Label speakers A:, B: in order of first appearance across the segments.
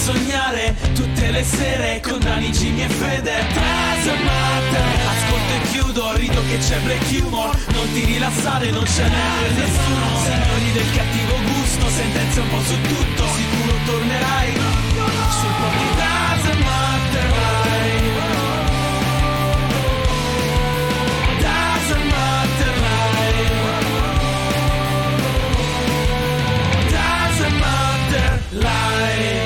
A: sognare tutte le sere con Dani, Jimmy e Fede. Doesn't matter. Ascolto e chiudo, rido che c'è black humor. Non ti rilassare, non ce n'è per nessuno. Signori del cattivo gusto, sentenze un po' su tutto. Sicuro tornerai sul po' di Doesn't matter, vai. Doesn't matter, vai. Doesn't matter, vai.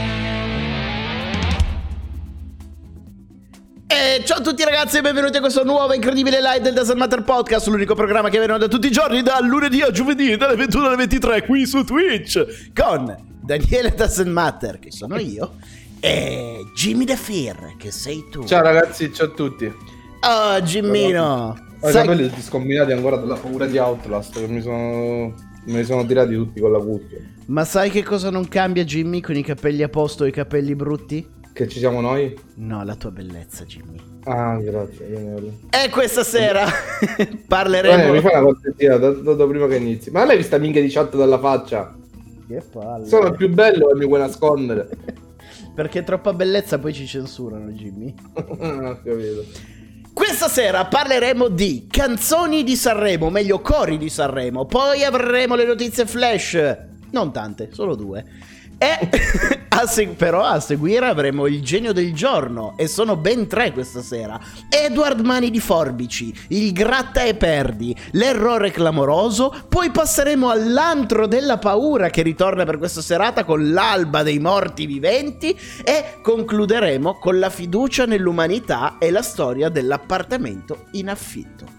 B: Ciao a tutti ragazzi e benvenuti a questo nuovo incredibile live del Doesn't Matter Podcast, l'unico programma che viene da tutti i giorni, dal lunedì a giovedì, dalle 21 alle 23, qui su Twitch, con Daniele Doesn't Matter, che sono io, e Jimmy The Fear, che sei tu.
C: Ciao ragazzi, ciao a tutti.
B: Oh, Jimmino.
C: Ho i capelli scombinati ancora dalla paura di Outlast, che me li sono tirati tutti con la cuffia.
B: Ma sai che cosa non cambia, Jimmy, con i capelli a posto e i capelli brutti?
C: Che ci siamo noi?
B: No, la tua bellezza, Jimmy.
C: Ah, grazie.
B: E questa sera parleremo...
C: Mi fa una cortesia da prima che inizi. Ma l'hai vista minchia di chat dalla faccia?
B: Che palle.
C: Sono il più bello e mi vuoi nascondere.
B: Perché troppa bellezza poi ci censurano, Jimmy.
C: Ho capito.
B: Questa sera parleremo di canzoni di Sanremo, meglio cori di Sanremo. Poi avremo le notizie flash. Non tante, solo 2. E però a seguire avremo il genio del giorno, e sono ben 3 questa sera. Edward Mani di Forbici, il gratta e perdi, l'errore clamoroso. Poi passeremo all'antro della paura, che ritorna per questa serata con l'alba dei morti viventi. E concluderemo con la fiducia nell'umanità e la storia dell'appartamento in affitto.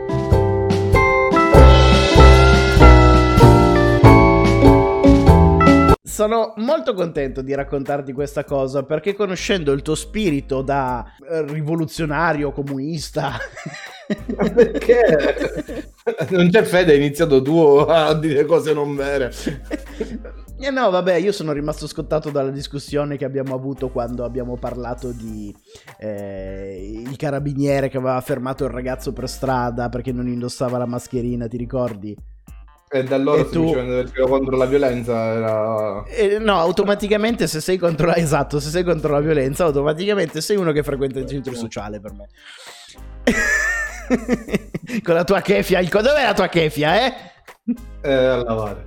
B: Sono molto contento di raccontarti questa cosa, perché conoscendo il tuo spirito da rivoluzionario comunista...
C: Perché? Non c'è Fede, hai iniziato tu a dire cose non vere.
B: No, vabbè, io sono rimasto scottato dalla discussione che abbiamo avuto quando abbiamo parlato di il carabiniere che aveva fermato il ragazzo per strada perché non indossava la mascherina, ti ricordi?
C: E da allora semplicemente perché ero contro la violenza era...
B: no, automaticamente se sei contro la... Esatto, se sei contro la violenza automaticamente sei uno che frequenta il centro sociale, per me. Con la tua kefia, dov'è la tua kefia,
C: a lavare.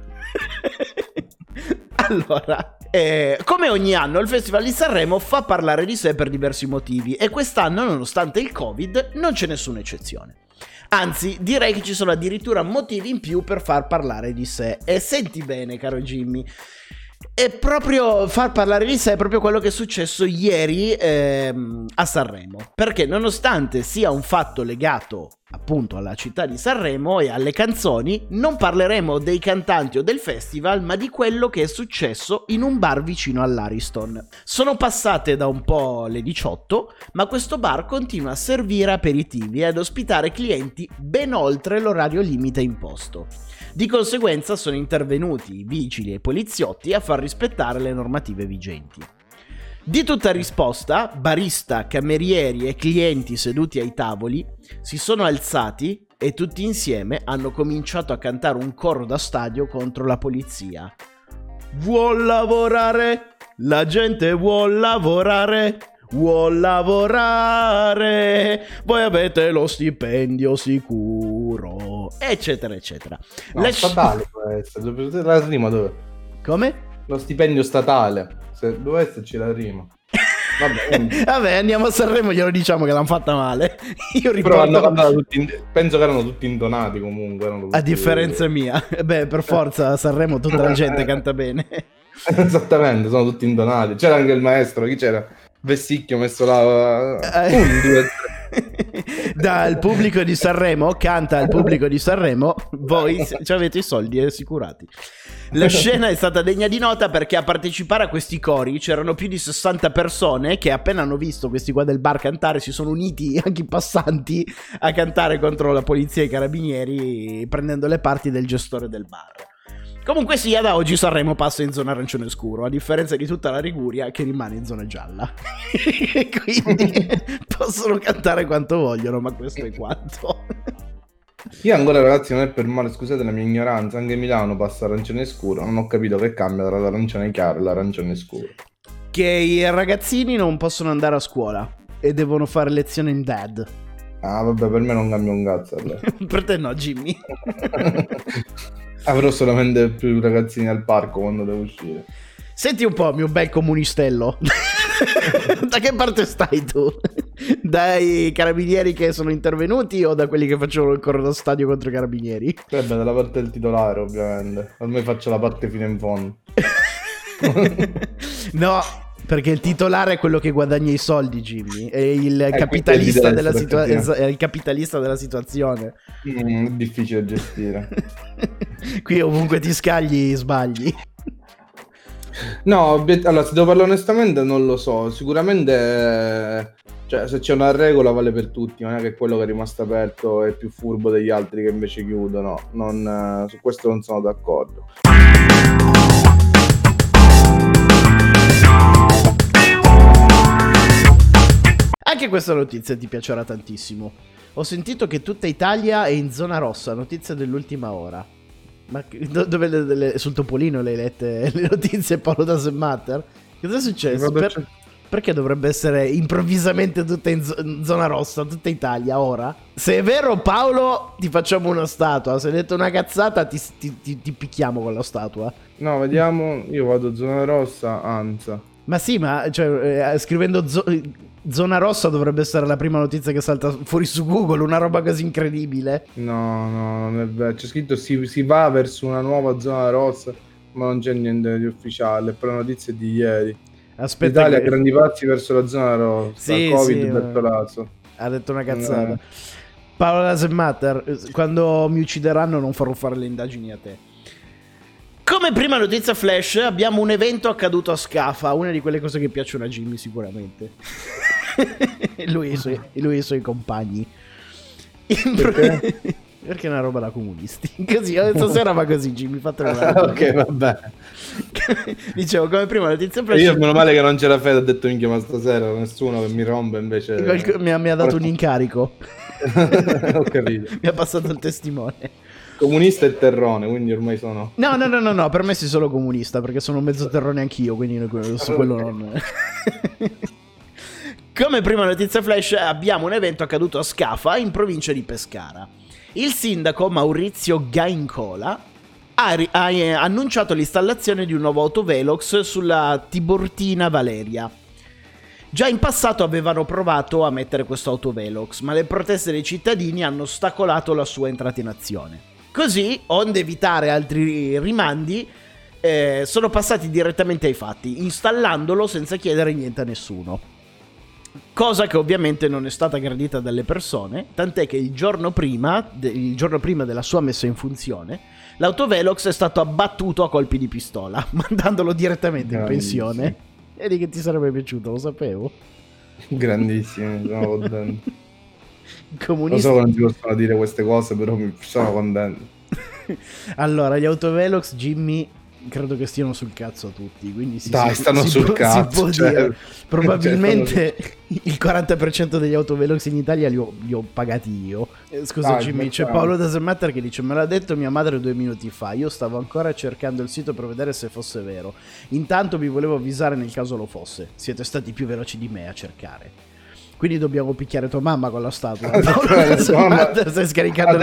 B: Allora, come ogni anno il Festival di Sanremo fa parlare di sé per diversi motivi, e quest'anno, nonostante il Covid, non c'è nessuna eccezione. Anzi, direi che ci sono addirittura motivi in più per far parlare di sé. E senti bene, caro Jimmy, è proprio far parlare di sé è proprio quello che è successo ieri a Sanremo. Perché nonostante sia un fatto legato appunto alla città di Sanremo e alle canzoni, non parleremo dei cantanti o del festival, ma di quello che è successo in un bar vicino all'Ariston. Sono passate da un po' le 18, ma questo bar continua a servire aperitivi e ad ospitare clienti ben oltre l'orario limite imposto. Di conseguenza sono intervenuti i vigili e i poliziotti a far rispettare le normative vigenti. Di tutta risposta, barista, camerieri e clienti seduti ai tavoli si sono alzati e tutti insieme hanno cominciato a cantare un coro da stadio contro la polizia. Vuol lavorare? La gente vuol lavorare? Vuol lavorare? Voi avete lo stipendio sicuro? Eccetera, eccetera.
C: No, statale può essere. La rima dove?
B: Come?
C: Lo stipendio statale. Se doveva esserci la rima.
B: Vabbè, andiamo a Sanremo, glielo diciamo che l'hanno fatta male. Io
C: ricordo... Però hanno tutti penso che erano tutti intonati comunque.
B: A differenza mia. Beh, per forza a Sanremo tutta la gente canta bene.
C: Esattamente, sono tutti intonati. C'era anche il maestro, chi c'era? Vessicchio messo là.
B: Dal pubblico di Sanremo, canta al pubblico di Sanremo, voi ci avete i soldi assicurati. La scena è stata degna di nota perché a partecipare a questi cori c'erano più di 60 persone che appena hanno visto questi qua del bar cantare si sono uniti, anche i passanti, a cantare contro la polizia e i carabinieri, prendendo le parti del gestore del bar. Comunque sia, da oggi Sanremo passa in zona arancione scuro, a differenza di tutta la Liguria che rimane in zona gialla. Quindi possono cantare quanto vogliono, ma questo è quanto.
C: Io ancora, ragazzi, non è per male, scusate la mia ignoranza, anche Milano passa arancione scuro, non ho capito che cambia tra l'arancione chiaro e l'arancione scuro.
B: Che i ragazzini non possono andare a scuola e devono fare lezione in dad.
C: Ah, vabbè, per me non cambia un cazzo. Allora.
B: Per te no, Jimmy.
C: Avrò solamente più ragazzini al parco quando devo uscire.
B: Senti un po', mio bel comunistello. Da che parte stai tu? Dai carabinieri che sono intervenuti o da quelli che facevano il corridoio stadio contro i carabinieri?
C: Beh, dalla parte del titolare, ovviamente. Ormai faccio la parte fino in fondo.
B: No, perché il titolare è quello che guadagna i soldi, Jimmy. È il capitalista della è il capitalista della situazione.
C: È difficile gestire.
B: Qui ovunque ti scagli sbagli.
C: No, allora, se devo parlare onestamente non lo so. Sicuramente, cioè, se c'è una regola vale per tutti. Non è che quello che è rimasto aperto è più furbo degli altri che invece chiudono. Su questo non sono d'accordo.
B: Anche questa notizia ti piacerà tantissimo. Ho sentito che tutta Italia è in zona rossa, notizia dell'ultima ora. Ma dove sul Topolino le hai lette le notizie, Paolo Doesn't Matter? Cosa è successo? Perché dovrebbe essere improvvisamente tutta in zona rossa, tutta Italia ora? Se è vero, Paolo, ti facciamo una statua. Se hai detto una cazzata ti picchiamo con la statua.
C: No, vediamo, io vado zona rossa, Anza.
B: Ma sì, ma cioè, scrivendo zona rossa dovrebbe essere la prima notizia che salta fuori su Google, una roba così incredibile.
C: No, non è vero. C'è scritto si va verso una nuova zona rossa, ma non c'è niente di ufficiale. Per la notizia di ieri.
B: Aspetta,
C: Italia, grandi passi verso la zona rossa.
B: Sì,
C: Covid,
B: sì,
C: Bertolazzo.
B: Ha detto una cazzata. Paolo Doesn't Matter, quando mi uccideranno non farò fare le indagini a te. Come prima notizia flash abbiamo un evento accaduto a Scafa, una di quelle cose che piacciono a Jimmy sicuramente. lui e i suoi compagni.
C: Perché?
B: Perché è una roba da comunisti. Così, stasera va così, Jimmy, fatelo una
C: ok, vabbè.
B: Dicevo, come prima notizia flash.
C: Io meno male che non c'era Fede, ho detto minchia, ma stasera nessuno che mi rompe invece.
B: Mi ha dato un incarico.
C: Ho capito.
B: Mi ha passato il testimone.
C: Comunista e terrone, quindi ormai sono.
B: No, per me sei solo comunista, perché sono mezzo terrone anch'io, quindi su quello non. Come prima notizia flash abbiamo un evento accaduto a Scafa, in provincia di Pescara. Il sindaco Maurizio Gaincola ha annunciato l'installazione di un nuovo autovelox sulla Tiburtina Valeria. Già in passato avevano provato a mettere questo autovelox, ma le proteste dei cittadini hanno ostacolato la sua entrata in azione. Così, onde evitare altri rimandi, sono passati direttamente ai fatti, installandolo senza chiedere niente a nessuno. Cosa che ovviamente non è stata gradita dalle persone, tant'è che il giorno prima della sua messa in funzione, l'autovelox è stato abbattuto a colpi di pistola, mandandolo direttamente in pensione. Vedi che ti sarebbe piaciuto, lo sapevo.
C: Grandissimo, sono contento.
B: Comunisti.
C: Lo so che non si possono dire queste cose, però mi sono contento.
B: Allora, gli autovelox, Jimmy, credo che stiano sul cazzo a tutti, quindi
C: stanno sul cazzo,
B: si può dire. Probabilmente il 40% degli autovelox in Italia li ho pagati io. Scusa, Jimmy, c'è Paolo Doesn't Matter che dice: me l'ha detto mia madre 2 minuti fa, io stavo ancora cercando il sito per vedere se fosse vero, intanto vi volevo avvisare nel caso lo fosse, siete stati più veloci di me a cercare. Quindi dobbiamo picchiare tua mamma con la statua. Stai scaricando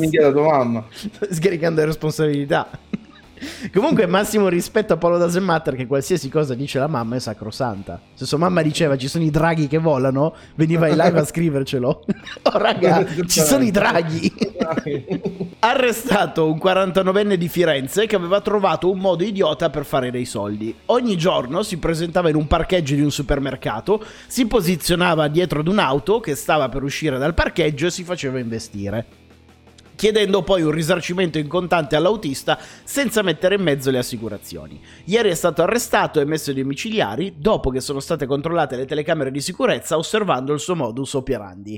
B: le responsabilità. Comunque massimo rispetto a Paolo Doesn't Matter, che qualsiasi cosa dice la mamma è sacrosanta. Se sua mamma diceva ci sono i draghi che volano, veniva in live a scrivercelo. Oh raga, ci sono i draghi. Arrestato un 49enne di Firenze che aveva trovato un modo idiota per fare dei soldi. Ogni giorno si presentava in un parcheggio di un supermercato, si posizionava dietro ad un'auto che stava per uscire dal parcheggio e si faceva investire, chiedendo poi un risarcimento in contante all'autista senza mettere in mezzo le assicurazioni. Ieri è stato arrestato e messo ai domiciliari dopo che sono state controllate le telecamere di sicurezza osservando il suo modus operandi.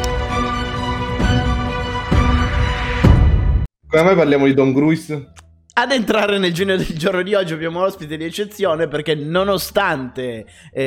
C: Come mai parliamo di Tom Cruise?
B: Ad entrare nel genio del giorno di oggi abbiamo un ospite di eccezione, perché nonostante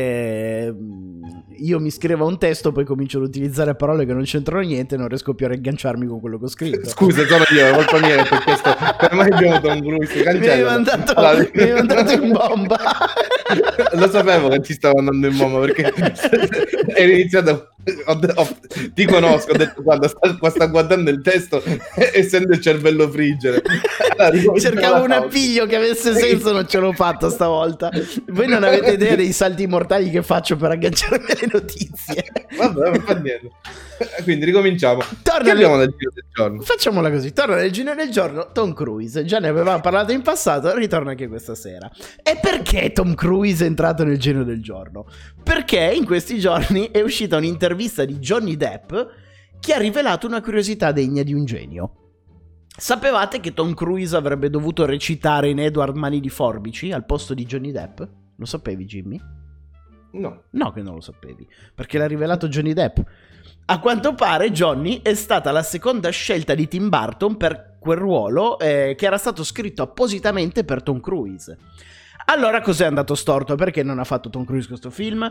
B: io mi scriva un testo, poi comincio ad utilizzare parole che non c'entrano niente, non riesco più a riagganciarmi con quello che ho scritto.
C: Scusa, sono io, è colpa mia per questo. Per me abbiamo Tom Cruise,
B: Mi hai mandato in bomba.
C: Lo sapevo che ti stavo andando in bomba, perché eri iniziato. Ti conosco, ho detto guarda, sta guardando il testo e sento il cervello friggere. Allora,
B: cercavo un appiglio che avesse senso, non ce l'ho fatta stavolta. Voi non avete idea dei salti mortali che faccio per agganciarmi alle notizie.
C: Vabbè, non fa niente. Quindi ricominciamo.
B: Torna
C: abbiamo nel giro del giorno.
B: Facciamola così. Torna nel giro del giorno Tom Cruise. Già ne avevamo parlato in passato, ritorna anche questa sera. E perché Tom Cruise è entrato nel giro del giorno? Perché in questi giorni è uscita un'intervista di Johnny Depp che ha rivelato una curiosità degna di un genio. Sapevate che Tom Cruise avrebbe dovuto recitare in Edward Mani di Forbici al posto di Johnny Depp? Lo sapevi, Jimmy?
C: No.
B: No che non lo sapevi, perché l'ha rivelato Johnny Depp. A quanto pare Johnny è stata la seconda scelta di Tim Burton per quel ruolo che era stato scritto appositamente per Tom Cruise. Allora cos'è andato storto? Perché non ha fatto Tom Cruise questo film?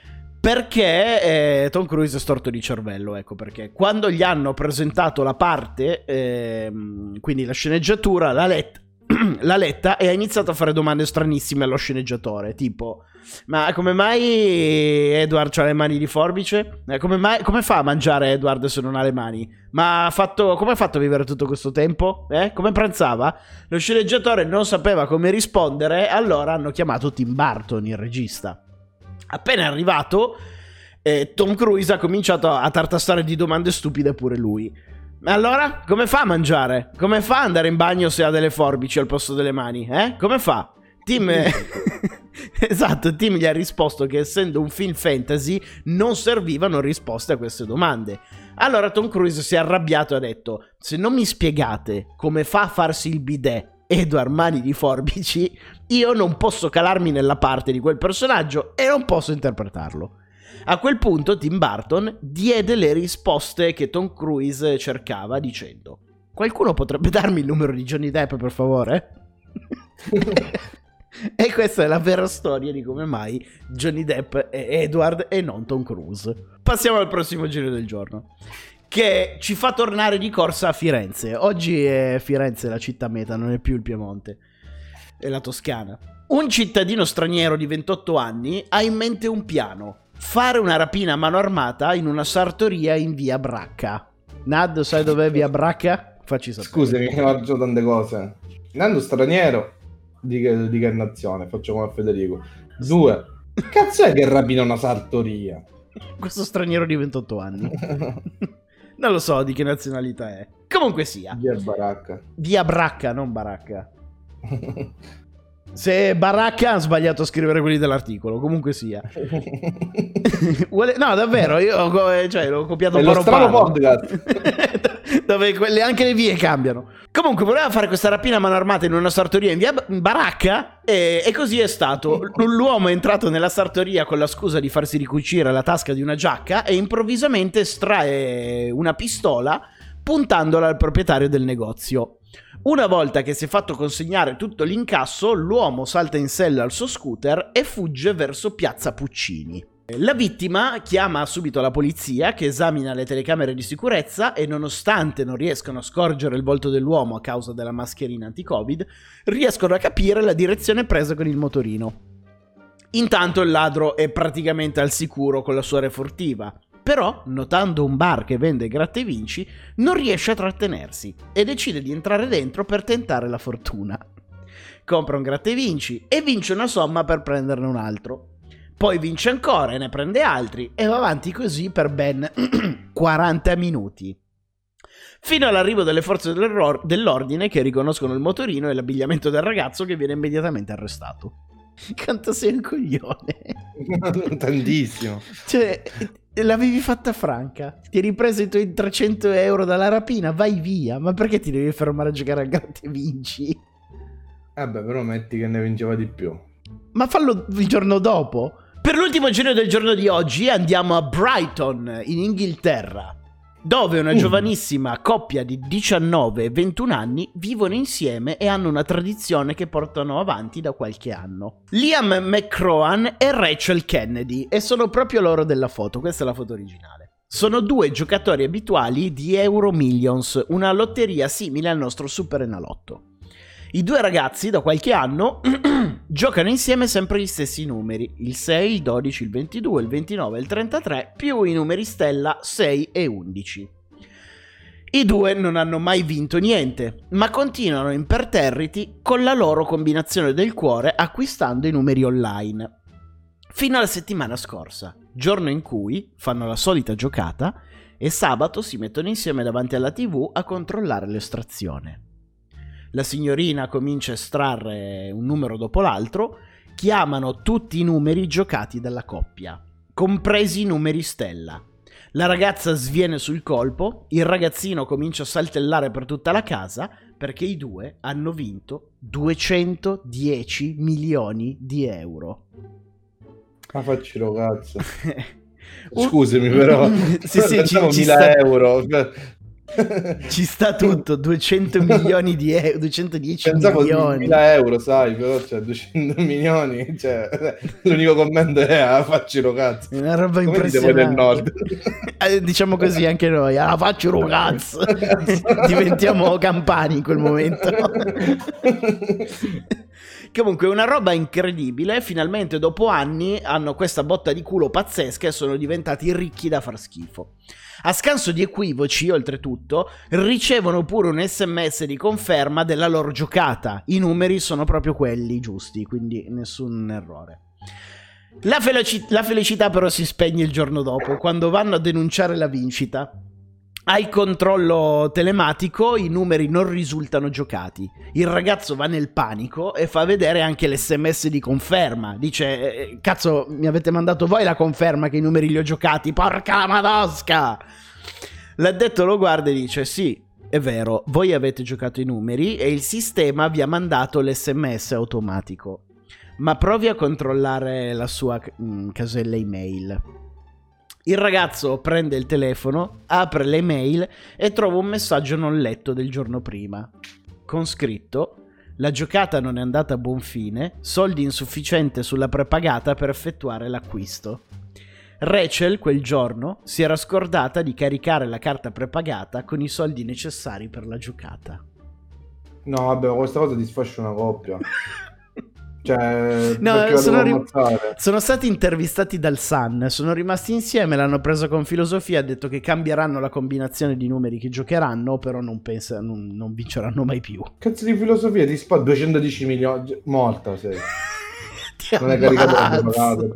B: Perché Tom Cruise è storto di cervello, ecco perché. Quando gli hanno presentato la parte, quindi la sceneggiatura, l'ha letta e ha iniziato a fare domande stranissime allo sceneggiatore, tipo: ma come mai Edward ha le mani di forbice? Come fa a mangiare Edward se non ha le mani? Ma come ha fatto a vivere tutto questo tempo? Come pranzava? Lo sceneggiatore non sapeva come rispondere, allora hanno chiamato Tim Burton, il regista. Appena è arrivato, Tom Cruise ha cominciato a tartassare di domande stupide pure lui. Ma allora, come fa a mangiare? Come fa ad andare in bagno se ha delle forbici al posto delle mani? Come fa? Tim... Esatto, Tim gli ha risposto che essendo un film fantasy non servivano risposte a queste domande. Allora Tom Cruise si è arrabbiato e ha detto: se non mi spiegate come fa a farsi il bidet Edward Mani di Forbici, io non posso calarmi nella parte di quel personaggio e non posso interpretarlo. A quel punto Tim Burton diede le risposte che Tom Cruise cercava dicendo: qualcuno potrebbe darmi il numero di Johnny Depp per favore? E questa è la vera storia di come mai Johnny Depp è Edward e non Tom Cruise. Passiamo al prossimo giro del giorno, che ci fa tornare di corsa a Firenze. Oggi è Firenze la città meta, non è più il Piemonte, è la Toscana. Un cittadino straniero di 28 anni ha in mente un piano: fare una rapina a mano armata in una sartoria in via Bracca. Nad, sai dov'è via Bracca? Facci sapere.
C: Scusami, ho aggiunto tante cose. Nando straniero, di che nazione? Faccio come a Federico. 2. Cazzo è che rapina una sartoria?
B: Questo straniero di 28 anni. Non lo so di che nazionalità è. Comunque sia.
C: Via Baracca.
B: Via Bracca, non Baracca. Se Baracca ha sbagliato a scrivere quelli dell'articolo. Comunque sia. No, davvero, io l'ho copiato
C: paro paro.
B: Dove anche le vie cambiano. Comunque voleva fare questa rapina a mano armata in una sartoria in via Baracca e così è stato. L'uomo è entrato nella sartoria con la scusa di farsi ricucire la tasca di una giacca e improvvisamente estrae una pistola puntandola al proprietario del negozio. Una volta che si è fatto consegnare tutto l'incasso, l'uomo salta in sella al suo scooter e fugge verso Piazza Puccini. La vittima chiama subito la polizia, che esamina le telecamere di sicurezza e, nonostante non riescano a scorgere il volto dell'uomo a causa della mascherina anti-Covid, riescono a capire la direzione presa con il motorino. Intanto il ladro è praticamente al sicuro con la sua refurtiva, però, notando un bar che vende gratta e vinci, non riesce a trattenersi e decide di entrare dentro per tentare la fortuna. Compra un gratta e vinci e vince una somma per prenderne un altro. Poi vince ancora e ne prende altri e va avanti così per ben 40 minuti. Fino all'arrivo delle forze dell'ordine che riconoscono il motorino e l'abbigliamento del ragazzo, che viene immediatamente arrestato. Quanto sei un coglione.
C: Tantissimo.
B: Cioè, l'avevi fatta franca. Ti hai ripreso i tuoi 300 euro dalla rapina, vai via. Ma perché ti devi fermare a giocare a gratta e vinci?
C: Vabbè, però metti che ne vinceva di più.
B: Ma fallo il giorno dopo. Per l'ultimo giro del giorno di oggi andiamo a Brighton, in Inghilterra, dove una giovanissima coppia di 19 e 21 anni vivono insieme e hanno una tradizione che portano avanti da qualche anno. Liam McCrohan e Rachel Kennedy, e sono proprio loro della foto, questa è la foto originale. Sono 2 giocatori abituali di Euro Millions, una lotteria simile al nostro Super Enalotto. I 2 ragazzi da qualche anno giocano insieme sempre gli stessi numeri, il 6, il 12, il 22, il 29 e il 33, più i numeri stella 6 e 11. I 2 non hanno mai vinto niente, ma continuano imperterriti con la loro combinazione del cuore acquistando i numeri online. Fino alla settimana scorsa, giorno in cui fanno la solita giocata e sabato si mettono insieme davanti alla TV a controllare l'estrazione. La signorina comincia a estrarre un numero dopo l'altro, chiamano tutti i numeri giocati dalla coppia, compresi i numeri stella. La ragazza sviene sul colpo, il ragazzino comincia a saltellare per tutta la casa perché i 2 hanno vinto 210 milioni di euro.
C: Ma facci lo cazzo. Scusami però.
B: Sì, ci sta... euro. Ci sta tutto, 200 milioni di euro, 210
C: Pensavo
B: milioni.
C: 1000 euro, sai, però c'è 200 milioni, cioè, l'unico commento è facci lo cazzo.
B: È una roba
C: come
B: impressionante.
C: Del nord.
B: Diciamo così anche noi, facci lo cazzo. Diventiamo campani in quel momento. Comunque una roba incredibile, finalmente dopo anni hanno questa botta di culo pazzesca e sono diventati ricchi da far schifo. A scanso di equivoci, oltretutto, ricevono pure un SMS di conferma della loro giocata. I numeri sono proprio quelli giusti, quindi nessun errore. La felicità però si spegne il giorno dopo, quando vanno a denunciare la vincita. Al controllo telematico i numeri non risultano giocati. Il ragazzo va nel panico e fa vedere anche l'SMS di conferma. Dice, cazzo, mi avete mandato voi la conferma che i numeri li ho giocati? Porca la madosca! L'addetto lo guarda e dice, sì, è vero, voi avete giocato i numeri e il sistema vi ha mandato l'SMS automatico. Ma provi a controllare la sua casella email. Il ragazzo prende il telefono, apre le mail e trova un messaggio non letto del giorno prima, con scritto: la giocata non è andata a buon fine, soldi insufficiente sulla prepagata per effettuare l'acquisto. Rachel quel giorno si era scordata di caricare la carta prepagata con i soldi necessari per la giocata.
C: No, vabbè, questa cosa disfascia una coppia. Cioè,
B: no, sono stati intervistati dal Sun, sono rimasti insieme, l'hanno presa con filosofia, ha detto che cambieranno la combinazione di numeri che giocheranno, però non vinceranno mai più.
C: Cazzo di filosofia, ti sparo 210 milioni, morta sei. Non è
B: caricato,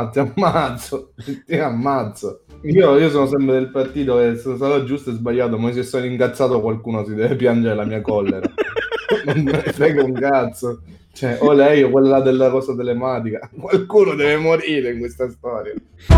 C: ti ammazzo. Io sono sempre del partito che sono stato giusto e sbagliato, ma se sono incazzato qualcuno si deve piangere la mia collera. Non me ne frega un cazzo. Cioè, o lei o quella della cosa telematica. Qualcuno deve morire in questa storia.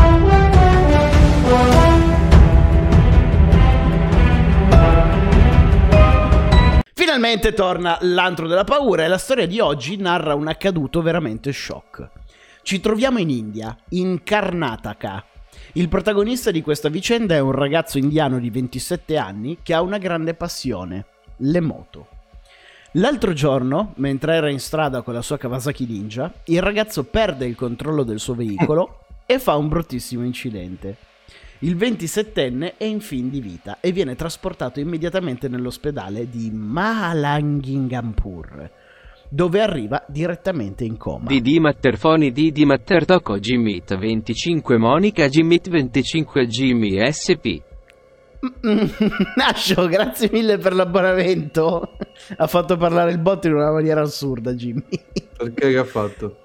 B: Finalmente torna l'antro della paura e la storia di oggi narra un accaduto veramente shock. Ci troviamo in India, in Karnataka. Il protagonista di questa vicenda è un ragazzo indiano di 27 anni che ha una grande passione, le moto. L'altro giorno, mentre era in strada con la sua Kawasaki Ninja, il ragazzo perde il controllo del suo veicolo e fa un bruttissimo incidente. Il 27enne è in fin di vita e viene trasportato immediatamente nell'ospedale di Mahalangirpur, dove arriva direttamente in coma.
D: Didi Matterfoni Didi Mattertoco Jimmit 25 Monica Jimmit 25 Jimmy SP.
B: Nascio, grazie mille per l'abbonamento. Ha fatto parlare il bot in una maniera assurda, Jimmy.
C: Perché che ha fatto?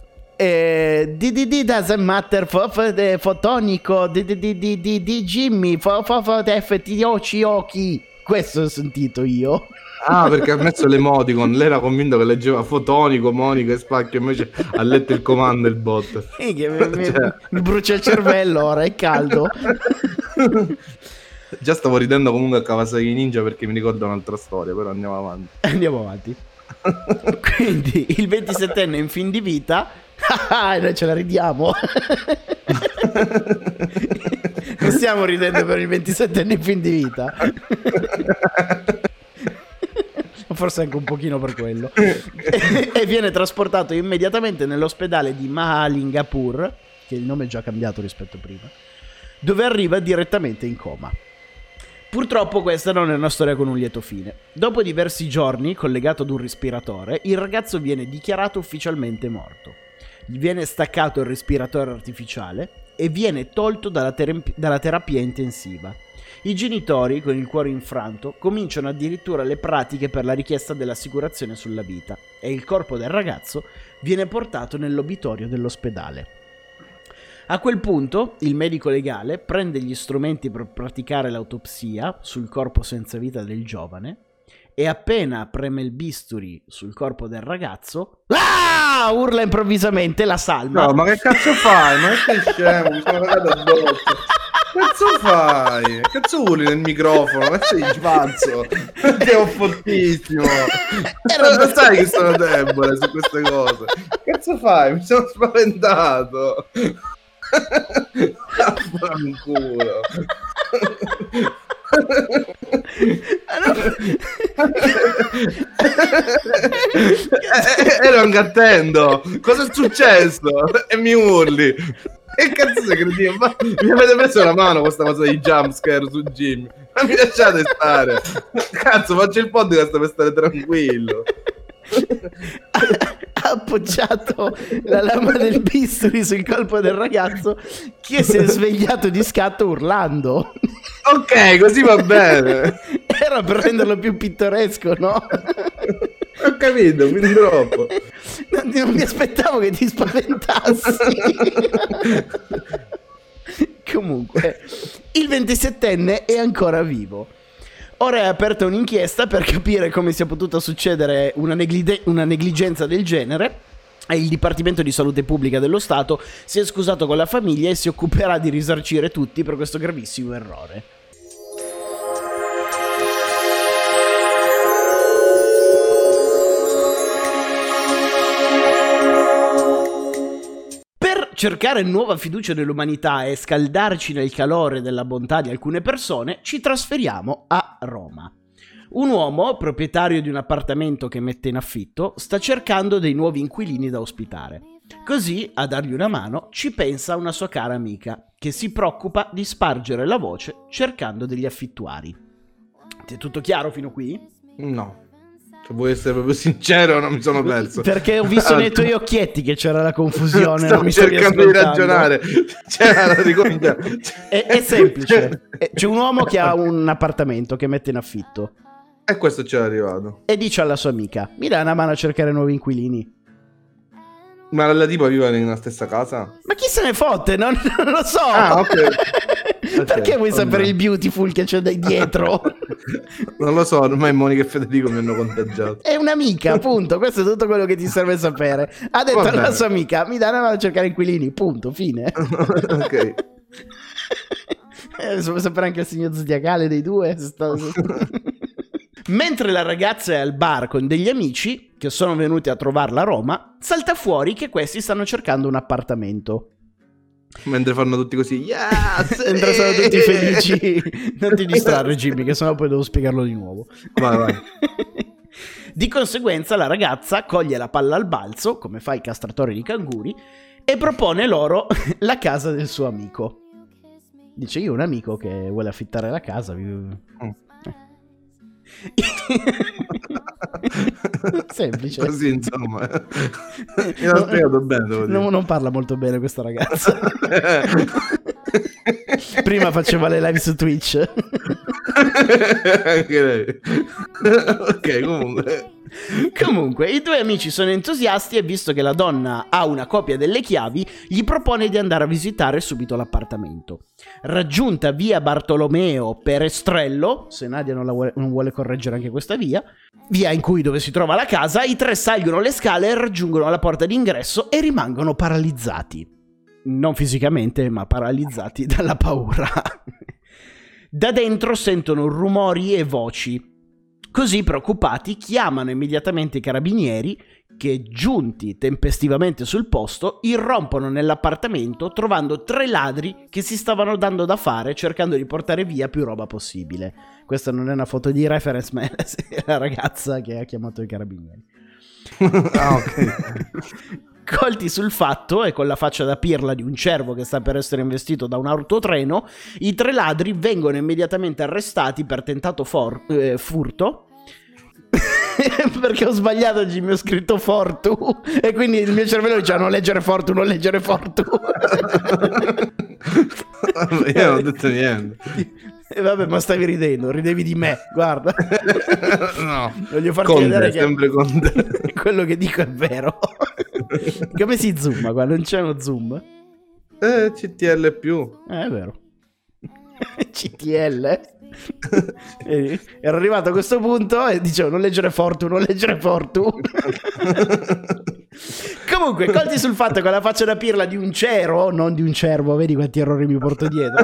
B: DDD doesn't matter fotonico di Jimmy FTOC occhi. Questo ho sentito io.
C: Ah, perché ha messo l'emoticon. Lei era convinto che leggeva fotonico, Monica e Spacchio, invece ha letto il comando il bot.
B: Mi brucia il cervello, ora è caldo.
C: Già stavo ridendo comunque a Kawasaki Ninja perché mi ricorda un'altra storia, però andiamo avanti. Quindi il 27enne in fin di vita, noi ce la ridiamo.
B: Non stiamo ridendo per il 27enne in fin di vita. Forse anche un pochino per quello. E viene trasportato immediatamente nell'ospedale di Mahalingapur, che il nome è già cambiato rispetto a prima, dove arriva direttamente in coma. Purtroppo questa non è una storia con un lieto fine. Dopo diversi giorni, collegato ad un respiratore, il ragazzo viene dichiarato ufficialmente morto. Gli viene staccato il respiratore artificiale e viene tolto dalla terapia intensiva. I genitori, con il cuore infranto, cominciano addirittura le pratiche per la richiesta dell'assicurazione sulla vita e il corpo del ragazzo viene portato nell'obitorio dell'ospedale. A quel punto il medico legale prende gli strumenti per praticare l'autopsia sul corpo senza vita del giovane e appena preme il bisturi sul corpo del ragazzo, urla improvvisamente la salma.
C: No, ma che cazzo fai? Ma che sei scemo? Mi sono cagato addosso. Che cazzo fai? Che cazzo urli nel microfono? Ma sei pazzo? Ti ho fortissimo. Lo sai che sono debole su queste cose. Che cazzo fai? Mi sono spaventato. Affanculo. Ero ingattendo. Cosa è successo? E mi urli. Che cazzo sei cretino? Ma mi avete messo la mano questa cosa di jumpscare su Jimmy. Ma mi lasciate stare. Cazzo, faccio il podcast per stare tranquillo.
B: Ha appoggiato la lama del bisturi sul colpo del ragazzo che si è svegliato di scatto urlando.
C: Ok, così va bene.
B: Era per renderlo più pittoresco, no?
C: Ho capito, fin troppo.
B: Non mi aspettavo che ti spaventassi. Comunque, il 27enne è ancora vivo. Ora è aperta un'inchiesta per capire come sia potuta succedere una negligenza del genere e il Dipartimento di Salute Pubblica dello Stato si è scusato con la famiglia e si occuperà di risarcire tutti per questo gravissimo errore. Cercare nuova fiducia nell'umanità e scaldarci nel calore della bontà di alcune persone, ci trasferiamo a Roma. Un uomo, proprietario di un appartamento che mette in affitto, sta cercando dei nuovi inquilini da ospitare. Così, a dargli una mano, ci pensa una sua cara amica, che si preoccupa di spargere la voce cercando degli affittuari. Ti è tutto chiaro fino qui?
C: No. Se vuoi essere proprio sincero, non mi sono perso.
B: Perché ho visto nei tuoi occhietti che c'era la confusione.
C: Stavo
B: non
C: cercando di ragionare.
B: È semplice. C'è un uomo che ha un appartamento che mette in affitto.
C: E questo c'è arrivato.
B: E dice alla sua amica: mi dai una mano a cercare nuovi inquilini?
C: Ma la tipa vive nella stessa casa?
B: Ma chi se ne fotte? Non lo so.
C: Ah, ok.
B: Perché vuoi sapere il beautiful che c'è dietro?
C: Non lo so, ormai Monica e Federico mi hanno contagiato.
B: È un'amica, appunto. Questo è tutto quello che ti serve sapere. Ha detto alla sua amica: mi dai una mano a cercare inquilini, punto, fine.
C: Ok.
B: Adesso vuoi sapere anche il segno zodiacale dei due? Mentre la ragazza è al bar con degli amici che sono venuti a trovarla a Roma, salta fuori che questi stanno cercando un appartamento.
C: Mentre fanno tutti così, yes!
B: Mentre sono tutti felici. Non ti distrarre, Jimmy, che sennò poi devo spiegarlo di nuovo.
C: Vai.
B: Di conseguenza la ragazza coglie la palla al balzo, come fa il castratore di canguri, e propone loro la casa del suo amico. Dice: io ho un amico che vuole affittare la casa. Semplice.
C: Così, insomma. Mi l'ha spiegato bene.
B: Non parla molto bene questa ragazza. Prima faceva le live su Twitch.
C: Anche lei. Ok,
B: comunque i due amici sono entusiasti e visto che la donna ha una copia delle chiavi, gli propone di andare a visitare subito l'appartamento. Raggiunta via Bartolomeo Perestrello, se Nadia non vuole correggere anche questa via dove si trova la casa, i tre salgono le scale e raggiungono la porta d'ingresso e rimangono paralizzati. Non fisicamente, ma paralizzati dalla paura. Da dentro sentono rumori e voci. Così preoccupati chiamano immediatamente i carabinieri che, giunti tempestivamente sul posto, irrompono nell'appartamento trovando 3 ladri che si stavano dando da fare cercando di portare via più roba possibile. Questa non è una foto di reference, ma è la ragazza che ha chiamato i carabinieri.
C: Ah, ok.
B: Colti sul fatto e con la faccia da pirla di un cervo che sta per essere investito da un autotreno, i 3 ladri vengono immediatamente arrestati per tentato furto. Perché ho sbagliato, Jimmy, ho scritto Fortu e quindi il mio cervello diceva non leggere Fortu.
C: Io non ho detto niente.
B: E vabbè, ma stavi ridendo, ridevi di me, guarda.
C: No,
B: voglio farti vedere che sempre con te. Quello che dico è vero. Come si zooma qua? Non c'è uno zoom?
C: CTL più.
B: È vero. CTL? Ero arrivato a questo punto e dicevo non leggere Fortu. Comunque, colti sul fatto con la faccia da pirla di un cero, non di un cervo, vedi quanti errori mi porto dietro.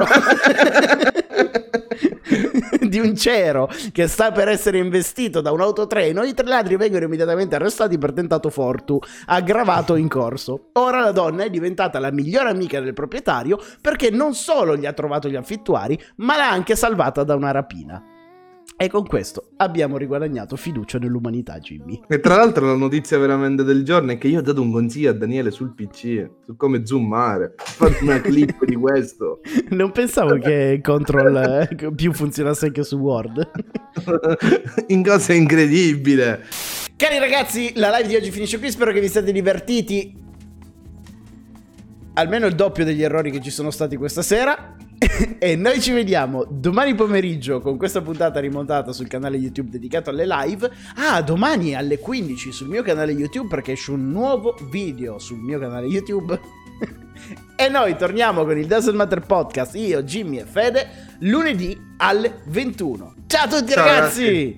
B: Di un cero che sta per essere investito da un autotreno, i 3 ladri vengono immediatamente arrestati per tentato furto aggravato in corso. Ora la donna è diventata la migliore amica del proprietario perché non solo gli ha trovato gli affittuari, ma l'ha anche salvata da una rapina. E con questo abbiamo riguadagnato fiducia nell'umanità, Jimmy.
C: E tra l'altro la notizia veramente del giorno è che io ho dato un consiglio a Daniele sul PC su come zoomare. Ho fatto una clip di questo.
B: Non pensavo che Control più funzionasse anche su Word.
C: In cosa incredibile.
B: Cari ragazzi, la live di oggi finisce qui. Spero che vi siate divertiti almeno il doppio degli errori che ci sono stati questa sera. E noi ci vediamo domani pomeriggio con questa puntata rimontata sul canale YouTube dedicato alle live. Domani alle 15 sul mio canale YouTube, perché esce un nuovo video sul mio canale YouTube. E noi torniamo con il Doesn't Matter Podcast, io, Jimmy e Fede, lunedì alle 21. Ciao a tutti. Ciao, ragazzi.